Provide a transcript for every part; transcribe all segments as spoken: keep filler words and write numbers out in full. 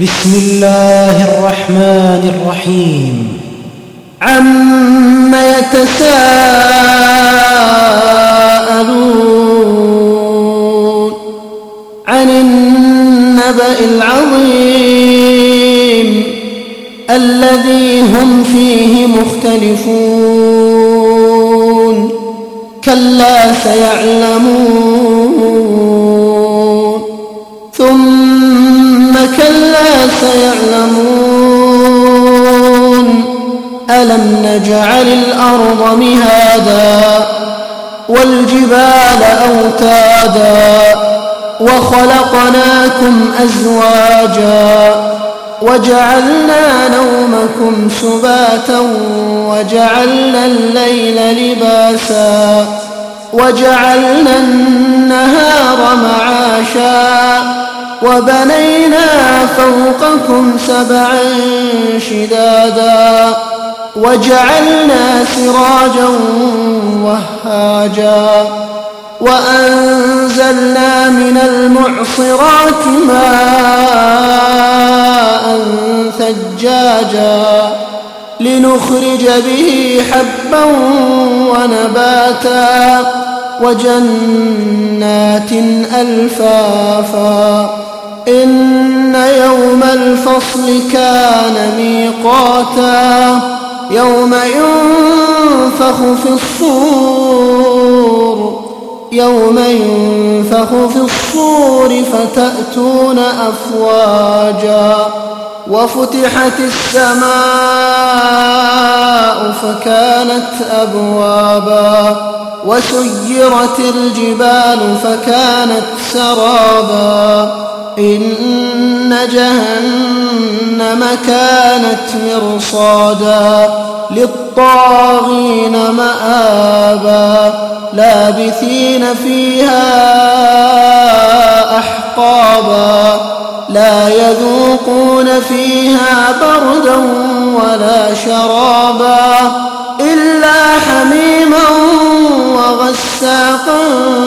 بسم الله الرحمن الرحيم. عم يتساءلون عن النبأ العظيم الذي هم فيه مختلفون كلا سيعلمون ثم كلا سيعلمون ألم نجعل الأرض مهادا والجبال أوتادا وخلقناكم أزواجا وجعلنا نومكم سباتا وجعلنا الليل لباسا وجعلنا النهار معاشا وبنينا فوقكم سبعا شدادا وجعلنا سراجا وهاجا وأنزلنا من المعصرات ماء ثجاجا لنخرج به حبا ونباتا وجنات ألفافا إن يوم الفصل كان ميقاتا يوم ينفخ في الصور يوم ينفخ في الصور فتأتون أفواجا وفتحت السماء فكانت أبوابا وسيرت الجبال فكانت سرابا إن جهنم كانت مرصادا للطاغين مآبا لابثين فيها أحقابا لا يذوقون فيها بردا ولا شرابا إلا حميما وغساقا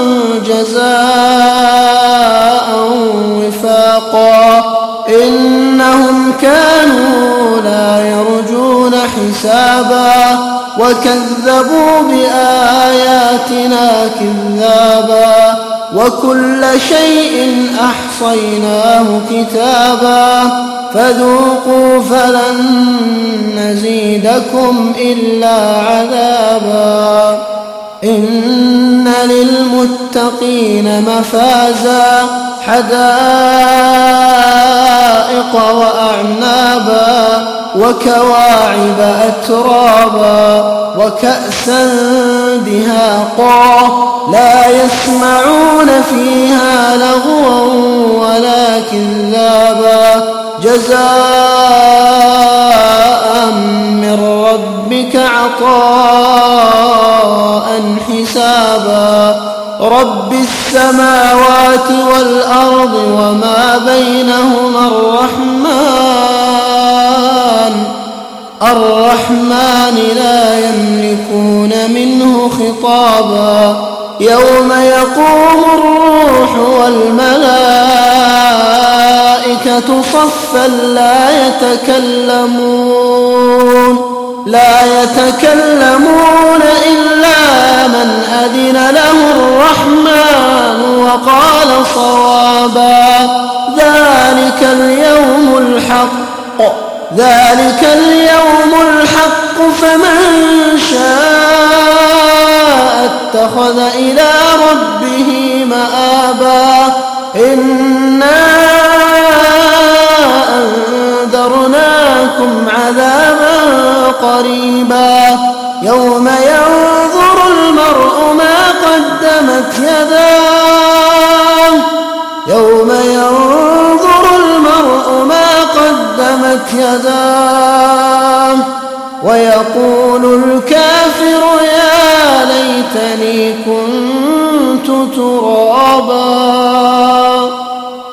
جزاء وفاقا إنهم كانوا لا يرجون حسابا وكذبوا بآياتنا كذابا وكل شيء أحصيناه كتابا فذوقوا فلن نزيدكم إلا عذابا إن للمتقين مفازا حدائق وأعنابا وكواعب أترابا وكأسا دهاقا لا يسمعون فيها لغوا ولا كذابا جزاء من ربك عطاء حسابا رب السماوات والأرض وما بينهما الرحمن الرحمن لا يملكون منه خطابا يوم يقوم الروح والملائكة صفا لا يتكلمون لا يتكلمون إلا من أذن له الرحمن وقال صوابا ذلك اليوم الحق ذلك اليوم الحق فمن شاء اتخذ إلى ربه مآبا إنا أنذرناكم عذابا قريبا يوم ينظر المرء ما قدمت يداه يوم ينظر المرء ما قدمت يداه ويقول الكافر يا ليتني كنت ترابا.